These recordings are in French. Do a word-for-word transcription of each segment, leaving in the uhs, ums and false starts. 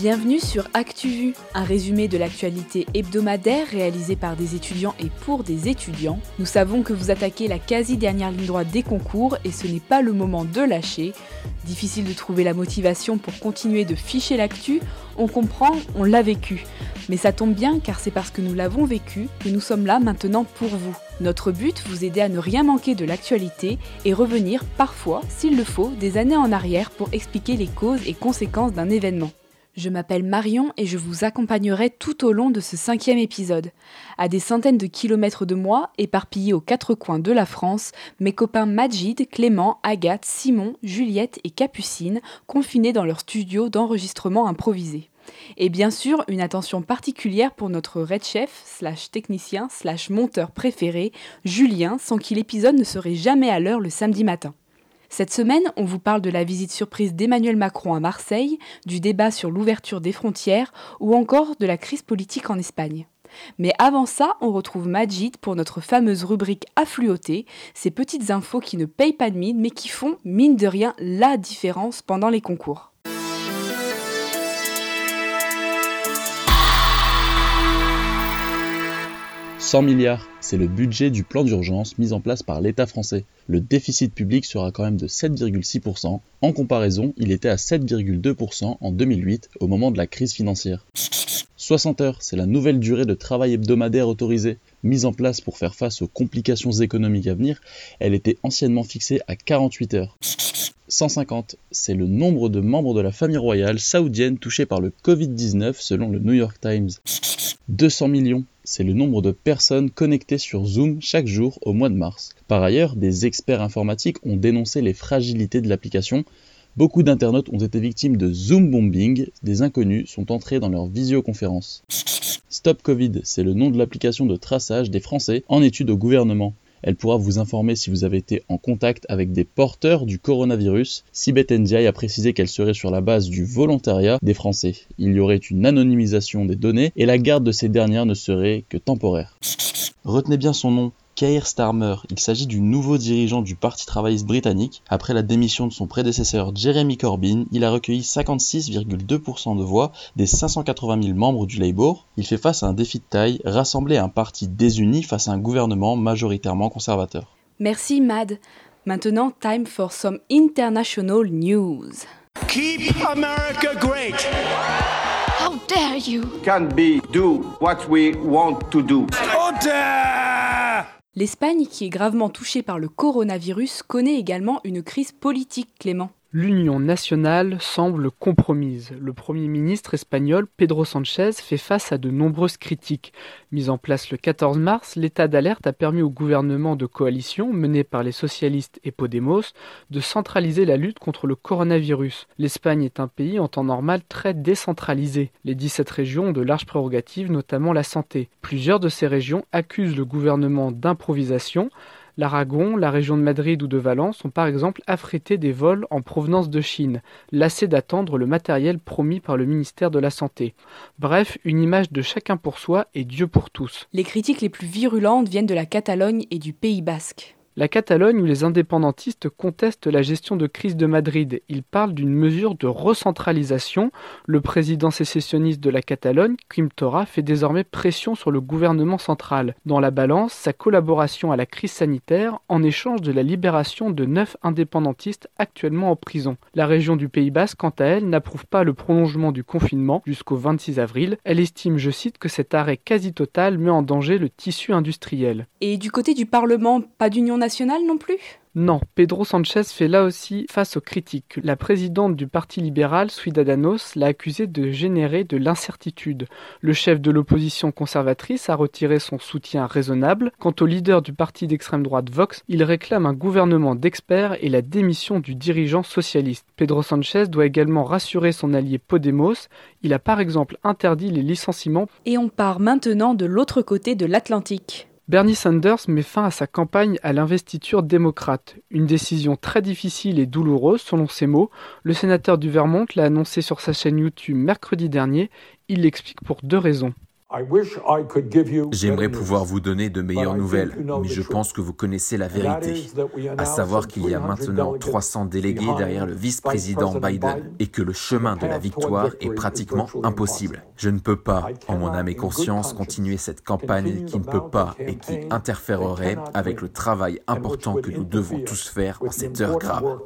Bienvenue sur ActuVu, un résumé de l'actualité hebdomadaire réalisé par des étudiants et pour des étudiants. Nous savons que vous attaquez la quasi-dernière ligne droite des concours et ce n'est pas le moment de lâcher. Difficile de trouver la motivation pour continuer de ficher l'actu, on comprend, on l'a vécu. Mais ça tombe bien car c'est parce que nous l'avons vécu que nous sommes là maintenant pour vous. Notre but, vous aider à ne rien manquer de l'actualité et revenir parfois, s'il le faut, des années en arrière pour expliquer les causes et conséquences d'un événement. Je m'appelle Marion et je vous accompagnerai tout au long de ce cinquième épisode. À des centaines de kilomètres de moi, éparpillés aux quatre coins de la France, mes copains Majid, Clément, Agathe, Simon, Juliette et Capucine, confinés dans leur studio d'enregistrement improvisé. Et bien sûr, une attention particulière pour notre red chef, slash technicien, slash monteur préféré, Julien, sans qui l'épisode ne serait jamais à l'heure le samedi matin. Cette semaine, on vous parle de la visite surprise d'Emmanuel Macron à Marseille, du débat sur l'ouverture des frontières ou encore de la crise politique en Espagne. Mais avant ça, on retrouve Majid pour notre fameuse rubrique Affluoté, ces petites infos qui ne payent pas de mine mais qui font, mine de rien, la différence pendant les concours. cent milliards, c'est le budget du plan d'urgence mis en place par l'État français. Le déficit public sera quand même de sept virgule six pour cent. En comparaison, il était à sept virgule deux pour cent en deux mille huit, au moment de la crise financière. soixante heures, c'est la nouvelle durée de travail hebdomadaire autorisée. Mise en place pour faire face aux complications économiques à venir, elle était anciennement fixée à quarante-huit heures. cent cinquante, c'est le nombre de membres de la famille royale saoudienne touchés par le covid dix-neuf selon le New York Times. deux cents millions, c'est le nombre de personnes connectées sur Zoom chaque jour au mois de mars. Par ailleurs, des experts informatiques ont dénoncé les fragilités de l'application. Beaucoup d'internautes ont été victimes de Zoom bombing, des inconnus sont entrés dans leur visioconférence. Stop Covid, c'est le nom de l'application de traçage des Français en étude au gouvernement. Elle pourra vous informer si vous avez été en contact avec des porteurs du coronavirus. Sibeth Ndiaye a précisé qu'elle serait sur la base du volontariat des Français. Il y aurait une anonymisation des données et la garde de ces dernières ne serait que temporaire. Retenez bien son nom, Keir Starmer. Il s'agit du nouveau dirigeant du Parti travailliste britannique. Après la démission de son prédécesseur Jeremy Corbyn, il a recueilli cinquante-six virgule deux pour cent de voix des cinq cent quatre-vingt mille membres du Labour. Il fait face à un défi de taille, rassembler un parti désuni face à un gouvernement majoritairement conservateur. Merci Mad. Maintenant, time for some international news. Keep America great. How dare you? Can be do what we want to do. Order! L'Espagne, qui est gravement touchée par le coronavirus, connaît également une crise politique, Clément. L'Union nationale semble compromise. Le Premier ministre espagnol Pedro Sánchez fait face à de nombreuses critiques. Mis en place le quatorze mars, l'état d'alerte a permis au gouvernement de coalition, mené par les socialistes et Podemos, de centraliser la lutte contre le coronavirus. L'Espagne est un pays en temps normal très décentralisé. Les dix-sept régions ont de larges prérogatives, notamment la santé. Plusieurs de ces régions accusent le gouvernement d'improvisation. L'Aragon, la région de Madrid ou de Valence ont par exemple affrété des vols en provenance de Chine, lassés d'attendre le matériel promis par le ministère de la Santé. Bref, une image de chacun pour soi et Dieu pour tous. Les critiques les plus virulentes viennent de la Catalogne et du Pays Basque. La Catalogne, où les indépendantistes contestent la gestion de crise de Madrid. Ils parlent d'une mesure de recentralisation. Le président sécessionniste de la Catalogne, Quim Torra, fait désormais pression sur le gouvernement central. Dans la balance, sa collaboration à la crise sanitaire en échange de la libération de neuf indépendantistes actuellement en prison. La région du Pays Basque, quant à elle, n'approuve pas le prolongement du confinement jusqu'au vingt-six avril. Elle estime, je cite, que cet arrêt quasi total met en danger le tissu industriel. Et du côté du Parlement, pas d'union nationale non plus ? Non, Pedro Sánchez fait là aussi face aux critiques. La présidente du Parti libéral, Ciudadanos, l'a accusé de générer de l'incertitude. Le chef de l'opposition conservatrice a retiré son soutien raisonnable. Quant au leader du parti d'extrême droite Vox, il réclame un gouvernement d'experts et la démission du dirigeant socialiste. Pedro Sánchez doit également rassurer son allié Podemos. Il a par exemple interdit les licenciements. Et on part maintenant de l'autre côté de l'Atlantique. Bernie Sanders met fin à sa campagne à l'investiture démocrate. Une décision très difficile et douloureuse selon ses mots. Le sénateur du Vermont l'a annoncé sur sa chaîne YouTube mercredi dernier. Il l'explique pour deux raisons. J'aimerais pouvoir vous donner de meilleures nouvelles, mais je pense que vous connaissez la vérité, à savoir qu'il y a maintenant trois cents délégués derrière le vice-président Biden et que le chemin de la victoire est pratiquement impossible. Je ne peux pas, en mon âme et conscience, continuer cette campagne qui ne peut pas et qui interférerait avec le travail important que nous devons tous faire en cette heure grave.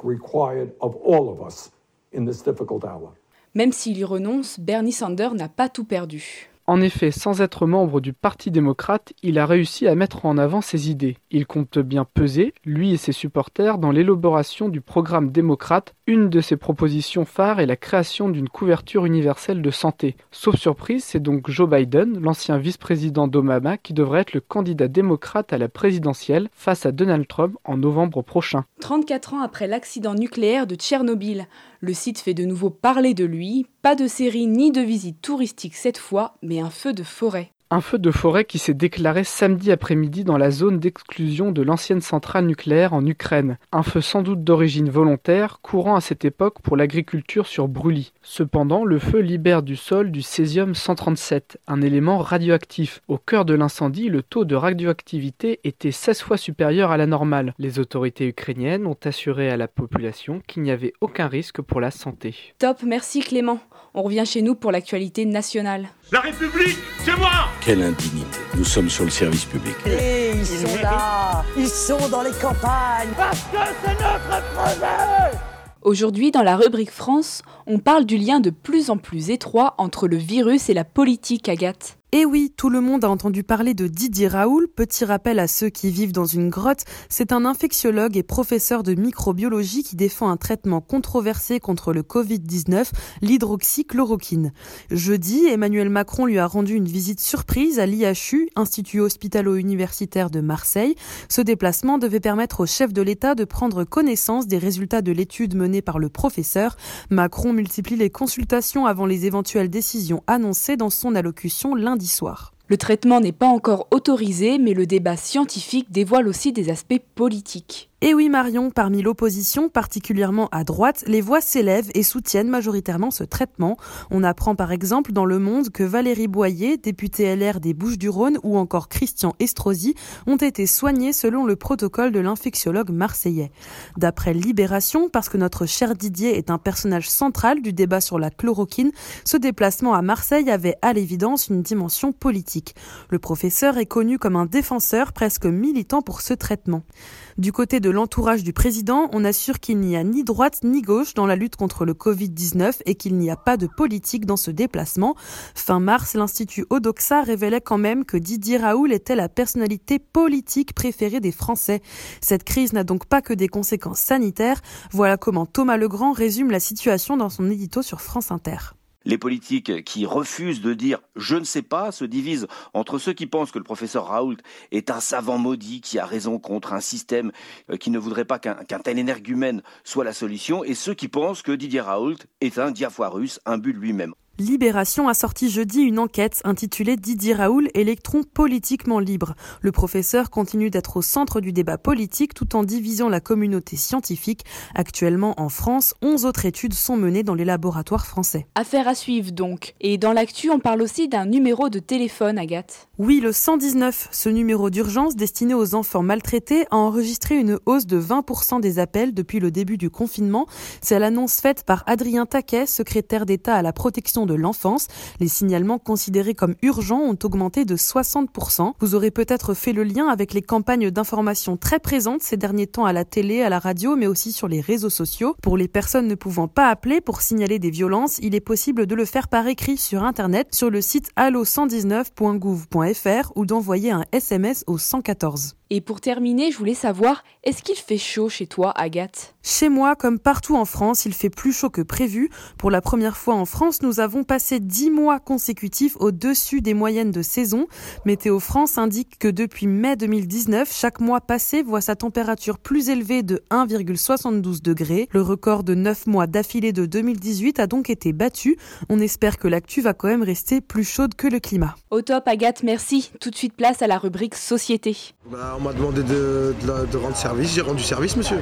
Même s'il y renonce, Bernie Sanders n'a pas tout perdu. En effet, sans être membre du Parti démocrate, il a réussi à mettre en avant ses idées. Il compte bien peser, lui et ses supporters, dans l'élaboration du programme démocrate. Une de ses propositions phares est la création d'une couverture universelle de santé. Sauf surprise, c'est donc Joe Biden, l'ancien vice-président d'Obama, qui devrait être le candidat démocrate à la présidentielle face à Donald Trump en novembre prochain. trente-quatre ans après l'accident nucléaire de Tchernobyl, le site fait de nouveau parler de lui. Pas de série ni de visite touristique cette fois, mais un feu de forêt. Un feu de forêt qui s'est déclaré samedi après-midi dans la zone d'exclusion de l'ancienne centrale nucléaire en Ukraine. Un feu sans doute d'origine volontaire, courant à cette époque pour l'agriculture sur brûlis. Cependant, le feu libère du sol du césium cent trente-sept, un élément radioactif. Au cœur de l'incendie, le taux de radioactivité était seize fois supérieur à la normale. Les autorités ukrainiennes ont assuré à la population qu'il n'y avait aucun risque pour la santé. Top, merci Clément. On revient chez nous pour l'actualité nationale. La République, c'est moi! Quelle indignité. Nous sommes sur le service public. Et ils sont là, ils sont dans les campagnes. Parce que c'est notre projet! Aujourd'hui, dans la rubrique France, on parle du lien de plus en plus étroit entre le virus et la politique, Agathe. Et oui, tout le monde a entendu parler de Didier Raoult. Petit rappel à ceux qui vivent dans une grotte, c'est un infectiologue et professeur de microbiologie qui défend un traitement controversé contre le covid dix-neuf, l'hydroxychloroquine. Jeudi, Emmanuel Macron lui a rendu une visite surprise à l'I H U, Institut hospitalo-universitaire de Marseille. Ce déplacement devait permettre au chef de l'État de prendre connaissance des résultats de l'étude menée par le professeur. Macron multiplie les consultations avant les éventuelles décisions annoncées dans son allocution lundi soir. Le traitement n'est pas encore autorisé, mais le débat scientifique dévoile aussi des aspects politiques. Et oui Marion, parmi l'opposition, particulièrement à droite, les voix s'élèvent et soutiennent majoritairement ce traitement. On apprend par exemple dans Le Monde que Valérie Boyer, députée L R des Bouches-du-Rhône, ou encore Christian Estrosi ont été soignés selon le protocole de l'infectiologue marseillais. D'après Libération, parce que notre cher Didier est un personnage central du débat sur la chloroquine, ce déplacement à Marseille avait à l'évidence une dimension politique. Le professeur est connu comme un défenseur presque militant pour ce traitement. Du côté de l'entourage du président, on assure qu'il n'y a ni droite ni gauche dans la lutte contre le covid dix-neuf et qu'il n'y a pas de politique dans ce déplacement. Fin mars, l'Institut Odoxa révélait quand même que Didier Raoult était la personnalité politique préférée des Français. Cette crise n'a donc pas que des conséquences sanitaires. Voilà comment Thomas Legrand résume la situation dans son édito sur France Inter. Les politiques qui refusent de dire « je ne sais pas » se divisent entre ceux qui pensent que le professeur Raoult est un savant maudit qui a raison contre un système qui ne voudrait pas qu'un, qu'un tel énergumène soit la solution et ceux qui pensent que Didier Raoult est un diafoirus, un but lui-même. Libération a sorti jeudi une enquête intitulée Didier Raoult, électron politiquement libre. Le professeur continue d'être au centre du débat politique tout en divisant la communauté scientifique. Actuellement en France, onze autres études sont menées dans les laboratoires français. Affaire à suivre donc. Et dans l'actu, on parle aussi d'un numéro de téléphone, Agathe. Oui, le cent dix-neuf. Ce numéro d'urgence destiné aux enfants maltraités a enregistré une hausse de vingt pour cent des appels depuis le début du confinement. C'est l'annonce faite par Adrien Taquet, secrétaire d'État à la protection de l'enfance. Les signalements considérés comme urgents ont augmenté de soixante pour cent. Vous aurez peut-être fait le lien avec les campagnes d'information très présentes ces derniers temps à la télé, à la radio, mais aussi sur les réseaux sociaux. Pour les personnes ne pouvant pas appeler pour signaler des violences, il est possible de le faire par écrit sur Internet, sur le site allo cent dix-neuf point gouv point f r ou d'envoyer un S M S au cent quatorze. Et pour terminer, je voulais savoir, est-ce qu'il fait chaud chez toi, Agathe ? Chez moi, comme partout en France, il fait plus chaud que prévu. Pour la première fois en France, nous avons passé dix mois consécutifs au-dessus des moyennes de saison. Météo France indique que depuis mai deux mille dix-neuf, chaque mois passé voit sa température plus élevée de un virgule soixante-douze degrés. Le record de neuf mois d'affilée de deux mille dix-huit a donc été battu. On espère que l'actu va quand même rester plus chaude que le climat. Au top, Agathe, merci. Tout de suite place à la rubrique Société. Bah, on m'a demandé de, de, de rendre service, j'ai rendu service, monsieur.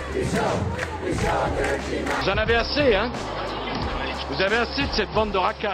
Vous en avez assez, hein ? Vous avez assez de cette bande de racailles.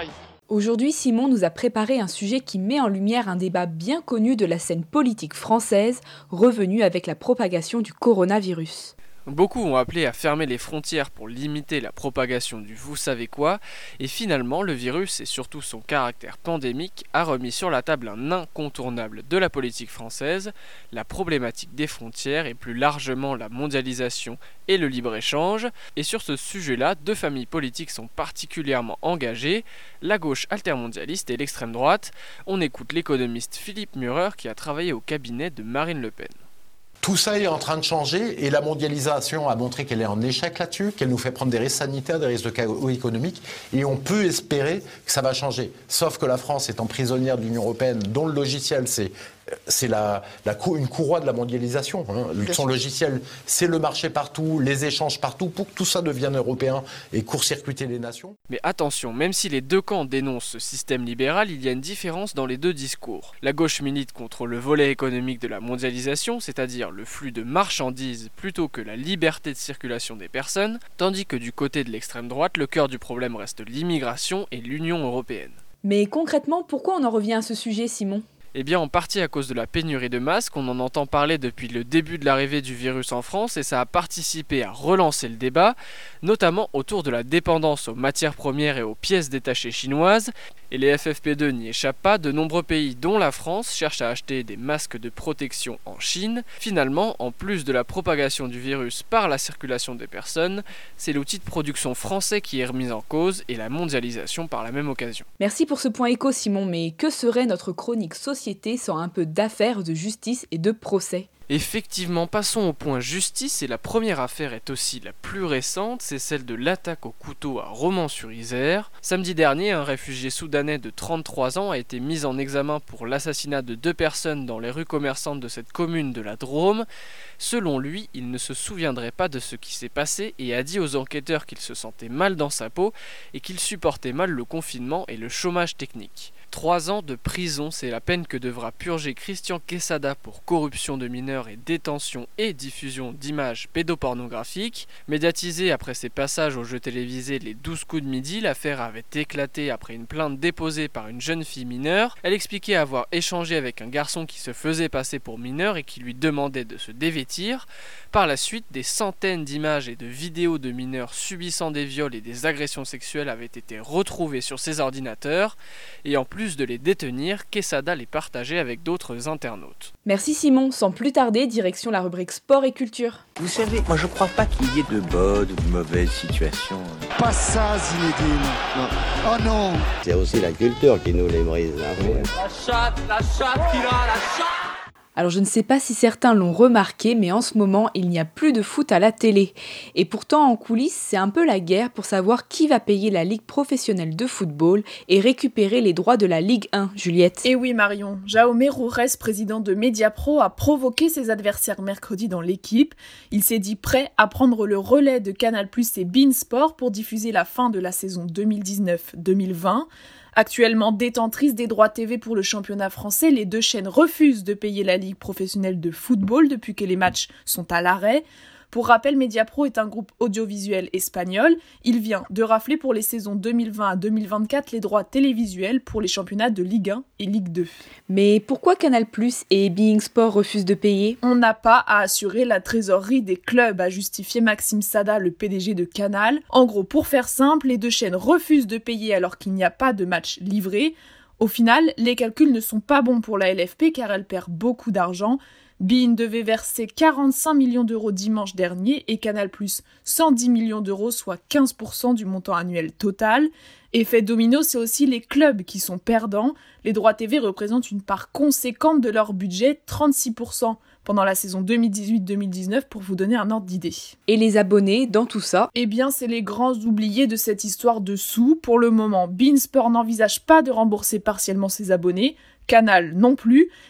Aujourd'hui, Simon nous a préparé un sujet qui met en lumière un débat bien connu de la scène politique française, revenu avec la propagation du coronavirus. Beaucoup ont appelé à fermer les frontières pour limiter la propagation du vous savez quoi, et finalement le virus et surtout son caractère pandémique a remis sur la table un incontournable de la politique française, la problématique des frontières et plus largement la mondialisation et le libre-échange. Et sur ce sujet-là, deux familles politiques sont particulièrement engagées, la gauche altermondialiste et l'extrême droite. On écoute l'économiste Philippe Murer qui a travaillé au cabinet de Marine Le Pen. Tout ça est en train de changer et la mondialisation a montré qu'elle est en échec là-dessus, qu'elle nous fait prendre des risques sanitaires, des risques de chaos économiques et on peut espérer que ça va changer. Sauf que la France étant prisonnière de l'Union européenne, dont le logiciel c'est c'est la, la, une courroie de la mondialisation. Hein. Son logiciel, c'est le marché partout, les échanges partout, pour que tout ça devienne européen et court-circuiter les nations. Mais attention, même si les deux camps dénoncent ce système libéral, il y a une différence dans les deux discours. La gauche milite contre le volet économique de la mondialisation, c'est-à-dire le flux de marchandises plutôt que la liberté de circulation des personnes, tandis que du côté de l'extrême droite, le cœur du problème reste l'immigration et l'Union européenne. Mais concrètement, pourquoi on en revient à ce sujet, Simon ? Eh bien en partie à cause de la pénurie de masques, on en entend parler depuis le début de l'arrivée du virus en France et ça a participé à relancer le débat, notamment autour de la dépendance aux matières premières et aux pièces détachées chinoises. Et les F F P deux n'y échappent pas, de nombreux pays dont la France cherchent à acheter des masques de protection en Chine. Finalement, en plus de la propagation du virus par la circulation des personnes, c'est l'outil de production français qui est remis en cause et la mondialisation par la même occasion. Merci pour ce point éco Simon, mais que serait notre chronique société sans un peu d'affaires, de justice et de procès ? Effectivement, passons au point justice et la première affaire est aussi la plus récente, c'est celle de l'attaque au couteau à Romans-sur-Isère. Samedi dernier, un réfugié soudanais de trente-trois ans a été mis en examen pour l'assassinat de deux personnes dans les rues commerçantes de cette commune de la Drôme. Selon lui, il ne se souviendrait pas de ce qui s'est passé et a dit aux enquêteurs qu'il se sentait mal dans sa peau et qu'il supportait mal le confinement et le chômage technique. Trois ans de prison, c'est la peine que devra purger Christian Quesada pour corruption de mineurs et détention et diffusion d'images pédopornographiques. Médiatisée après ses passages au jeu télévisé Les douze coups de midi, l'affaire avait éclaté après une plainte déposée par une jeune fille mineure. Elle expliquait avoir échangé avec un garçon qui se faisait passer pour mineur et qui lui demandait de se dévêtir. Par la suite, des centaines d'images et de vidéos de mineurs subissant des viols et des agressions sexuelles avaient été retrouvées sur ses ordinateurs et en plus de les détenir, Quesada les partageait avec d'autres internautes. Merci Simon, sans plus tarder, direction la rubrique sport et culture. Vous savez, moi je crois pas qu'il y ait de bonnes ou de mauvaises situations. Pas ça, Zinedine. Non. Oh non. C'est aussi la culture qui nous les brise. Hein. La chatte, la chatte qu'il a, la chatte. Alors je ne sais pas si certains l'ont remarqué, mais en ce moment, il n'y a plus de foot à la télé. Et pourtant, en coulisses, c'est un peu la guerre pour savoir qui va payer la Ligue professionnelle de football et récupérer les droits de la Ligue un, Juliette. Et oui Marion, Jaume Roures, président de Mediapro, a provoqué ses adversaires mercredi dans l'équipe. Il s'est dit prêt à prendre le relais de Canal plus, et beIN Sport pour diffuser la fin de la saison deux mille dix-neuf deux mille vingt. Actuellement détentrice des droits T V pour le championnat français, les deux chaînes refusent de payer la Ligue professionnelle de football depuis que les matchs sont à l'arrêt. Pour rappel, Mediapro est un groupe audiovisuel espagnol. Il vient de rafler pour les saisons deux mille vingt à deux mille vingt-quatre les droits télévisuels pour les championnats de Ligue un et Ligue deux. Mais pourquoi Canal plus et beIN Sport refusent de payer ? On n'a pas à assurer la trésorerie des clubs, a justifié Maxime Sada, le P D G de Canal. En gros, pour faire simple, les deux chaînes refusent de payer alors qu'il n'y a pas de match livré. Au final, les calculs ne sont pas bons pour la L F P car elle perd beaucoup d'argent. beIN devait verser quarante-cinq millions d'euros dimanche dernier et Canal plus cent dix millions d'euros, soit quinze pour cent du montant annuel total. Effet domino, c'est aussi les clubs qui sont perdants. Les droits T V représentent une part conséquente de leur budget, trente-six pour cent pendant la saison deux mille dix-huit deux mille dix-neuf, pour vous donner un ordre d'idée. Et les abonnés dans tout ça ? Eh bien, c'est les grands oubliés de cette histoire de sous. Pour le moment, beIN Sport n'envisage pas de rembourser partiellement ses abonnés, Canal non plus,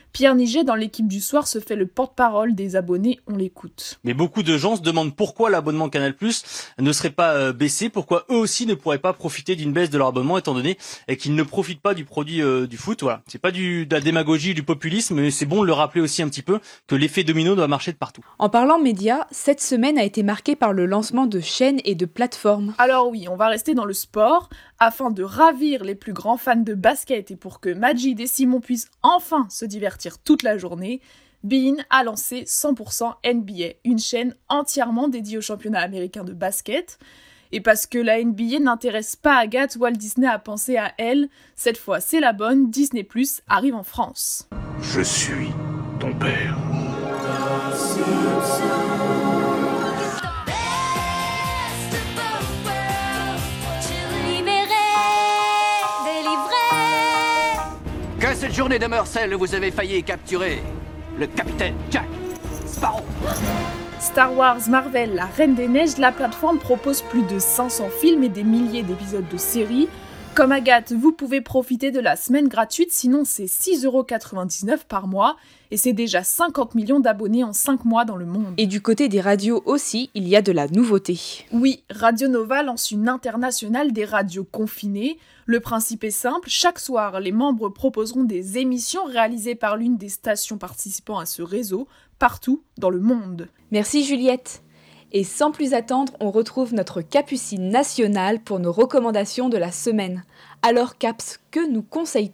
Pierre Niget, dans l'équipe du soir, se fait le porte-parole des abonnés, on l'écoute. Mais beaucoup de gens se demandent pourquoi l'abonnement Canal+ ne serait pas euh, baissé, pourquoi eux aussi ne pourraient pas profiter d'une baisse de leur abonnement étant donné euh, qu'ils ne profitent pas du produit euh, du foot. Voilà, c'est pas du, de la démagogie, du populisme, mais c'est bon de le rappeler aussi un petit peu que l'effet domino doit marcher de partout. En parlant médias, cette semaine a été marquée par le lancement de chaînes et de plateformes. Alors oui, on va rester dans le sport afin de ravir les plus grands fans de basket et pour que Majid et Simon puissent enfin se divertir toute la journée. beIN a lancé cent pour cent N B A, une chaîne entièrement dédiée au championnat américain de basket. Et parce que la N B A n'intéresse pas Agathe, Walt Disney a pensé à elle. Cette fois, c'est la bonne, Disney plus, arrive en France. Je suis ton père. Que cette journée demeure celle où vous avez failli capturer le capitaine Jack Sparrow. Star Wars, Marvel, La Reine des Neiges, la plateforme propose plus de cinq cents films et des milliers d'épisodes de séries. Comme Agathe, vous pouvez profiter de la semaine gratuite, sinon c'est six euros quatre-vingt-dix-neuf par mois et c'est déjà cinquante millions d'abonnés en cinq mois dans le monde. Et du côté des radios aussi, il y a de la nouveauté. Oui, Radio Nova lance une internationale des radios confinées. Le principe est simple, chaque soir, les membres proposeront des émissions réalisées par l'une des stations participant à ce réseau, partout dans le monde. Merci Juliette. Et sans plus attendre, on retrouve notre Capucine nationale pour nos recommandations de la semaine. Alors Caps, que nous conseilles-tu ?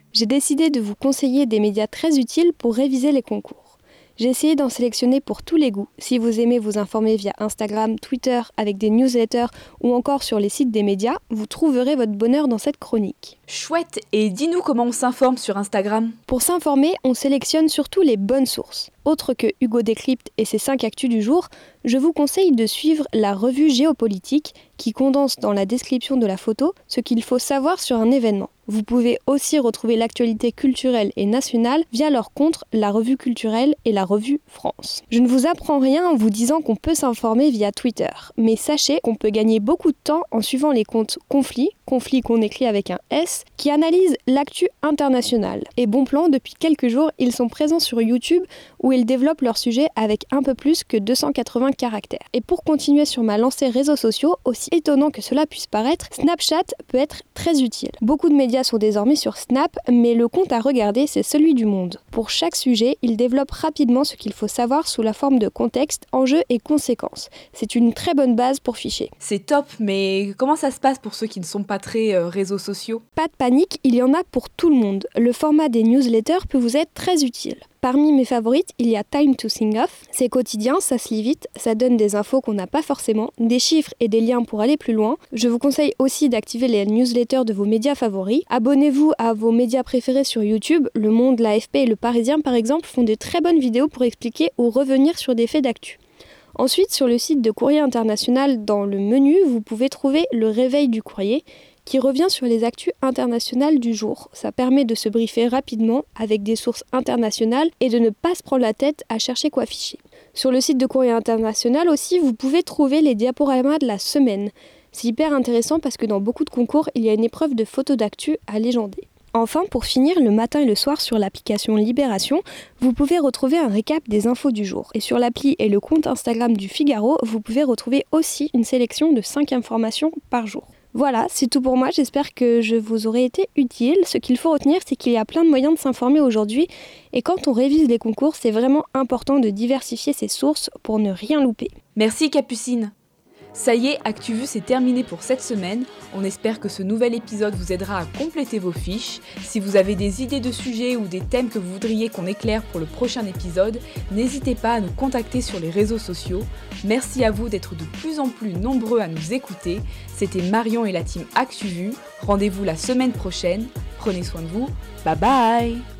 J'ai décidé de vous conseiller des médias très utiles pour réviser les concours. J'ai essayé d'en sélectionner pour tous les goûts. Si vous aimez vous informer via Instagram, Twitter, avec des newsletters ou encore sur les sites des médias, vous trouverez votre bonheur dans cette chronique. Chouette, et dis-nous comment on s'informe sur Instagram. Pour s'informer, on sélectionne surtout les bonnes sources. Autre que Hugo Décrypte et ses cinq actus du jour, je vous conseille de suivre la revue Géopolitique qui condense dans la description de la photo ce qu'il faut savoir sur un événement. Vous pouvez aussi retrouver l'actualité culturelle et nationale via leur compte La Revue Culturelle et La Revue France. Je ne vous apprends rien en vous disant qu'on peut s'informer via Twitter, mais sachez qu'on peut gagner beaucoup de temps en suivant les comptes Conflit, Conflit qu'on écrit avec un S, qui analysent l'actu internationale. Et bon plan, depuis quelques jours, ils sont présents sur YouTube où ils développent leur sujet avec un peu plus que deux cent quatre-vingts caractères. Et pour continuer sur ma lancée réseaux sociaux, aussi étonnant que cela puisse paraître, Snapchat peut être très utile. Beaucoup de médias sont désormais sur Snap, mais le compte à regarder, c'est celui du Monde. Pour chaque sujet, il développe rapidement ce qu'il faut savoir sous la forme de contexte, enjeux et conséquences. C'est une très bonne base pour ficher. C'est top, mais comment ça se passe pour ceux qui ne sont pas très euh, réseaux sociaux ? Pas de panique, il y en a pour tout le monde. Le format des newsletters peut vous être très utile. Parmi mes favorites, il y a Time to Sing Off. C'est quotidien, ça se lit vite, ça donne des infos qu'on n'a pas forcément, des chiffres et des liens pour aller plus loin. Je vous conseille aussi d'activer les newsletters de vos médias favoris. Abonnez-vous à vos médias préférés sur YouTube. Le Monde, l'A F P et Le Parisien, par exemple, font de très bonnes vidéos pour expliquer ou revenir sur des faits d'actu. Ensuite, sur le site de Courrier International, dans le menu, vous pouvez trouver le réveil du courrier, qui revient sur les actus internationales du jour. Ça permet de se briefer rapidement avec des sources internationales et de ne pas se prendre la tête à chercher quoi ficher. Sur le site de Courrier International aussi, vous pouvez trouver les diaporamas de la semaine. C'est hyper intéressant parce que dans beaucoup de concours, il y a une épreuve de photos d'actu à légender. Enfin, pour finir, le matin et le soir sur l'application Libération, vous pouvez retrouver un récap des infos du jour. Et sur l'appli et le compte Instagram du Figaro, vous pouvez retrouver aussi une sélection de cinq informations par jour. Voilà, c'est tout pour moi, j'espère que je vous aurai été utile. Ce qu'il faut retenir, c'est qu'il y a plein de moyens de s'informer aujourd'hui et quand on révise les concours, c'est vraiment important de diversifier ses sources pour ne rien louper. Merci Capucine. Ça y est, ActuVu c'est terminé pour cette semaine. On espère que ce nouvel épisode vous aidera à compléter vos fiches. Si vous avez des idées de sujets ou des thèmes que vous voudriez qu'on éclaire pour le prochain épisode, n'hésitez pas à nous contacter sur les réseaux sociaux. Merci à vous d'être de plus en plus nombreux à nous écouter. C'était Marion et la team ActuVu. Rendez-vous la semaine prochaine. Prenez soin de vous. Bye bye.